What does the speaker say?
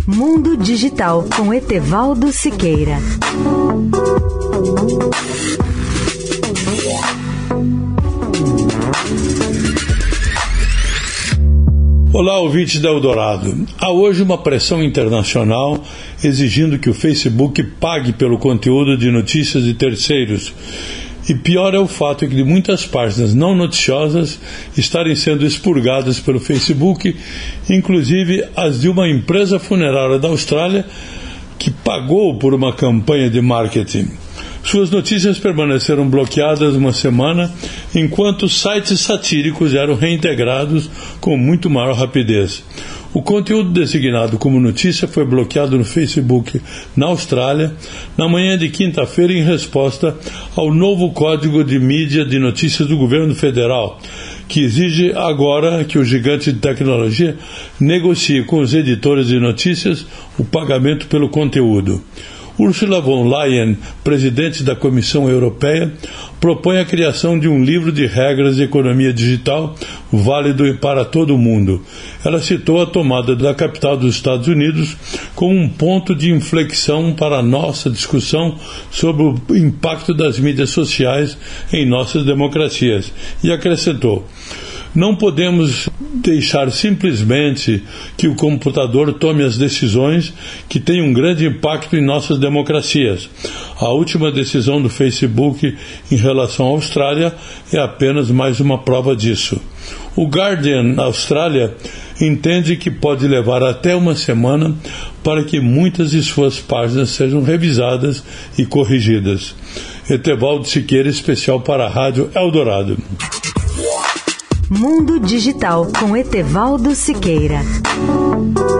Mundo Digital com Etevaldo Siqueira. Olá, ouvintes da Eldorado. Há hoje uma pressão internacional exigindo que o Facebook pague pelo conteúdo de notícias de terceiros. E pior é o fato de muitas páginas não noticiosas estarem sendo expurgadas pelo Facebook, inclusive as de uma empresa funerária da Austrália que pagou por uma campanha de marketing. Suas notícias permaneceram bloqueadas uma semana, enquanto sites satíricos eram reintegrados com muito maior rapidez. O conteúdo designado como notícia foi bloqueado no Facebook na Austrália na manhã de quinta-feira em resposta ao novo Código de Mídia de Notícias do governo federal, que exige agora que o gigante de tecnologia negocie com os editores de notícias o pagamento pelo conteúdo. Ursula von Leyen, presidente da Comissão Europeia, propõe a criação de um livro de regras de economia digital válido para todo o mundo. Ela citou a tomada da capital dos Estados Unidos como um ponto de inflexão para a nossa discussão sobre o impacto das mídias sociais em nossas democracias e acrescentou: não podemos deixar simplesmente que o computador tome as decisões que têm um grande impacto em nossas democracias. A última decisão do Facebook em relação à Austrália é apenas mais uma prova disso. O Guardian Austrália entende que pode levar até uma semana para que muitas de suas páginas sejam revisadas e corrigidas. Etevaldo Siqueira, especial para a Rádio Eldorado. Mundo Digital com Etevaldo Siqueira.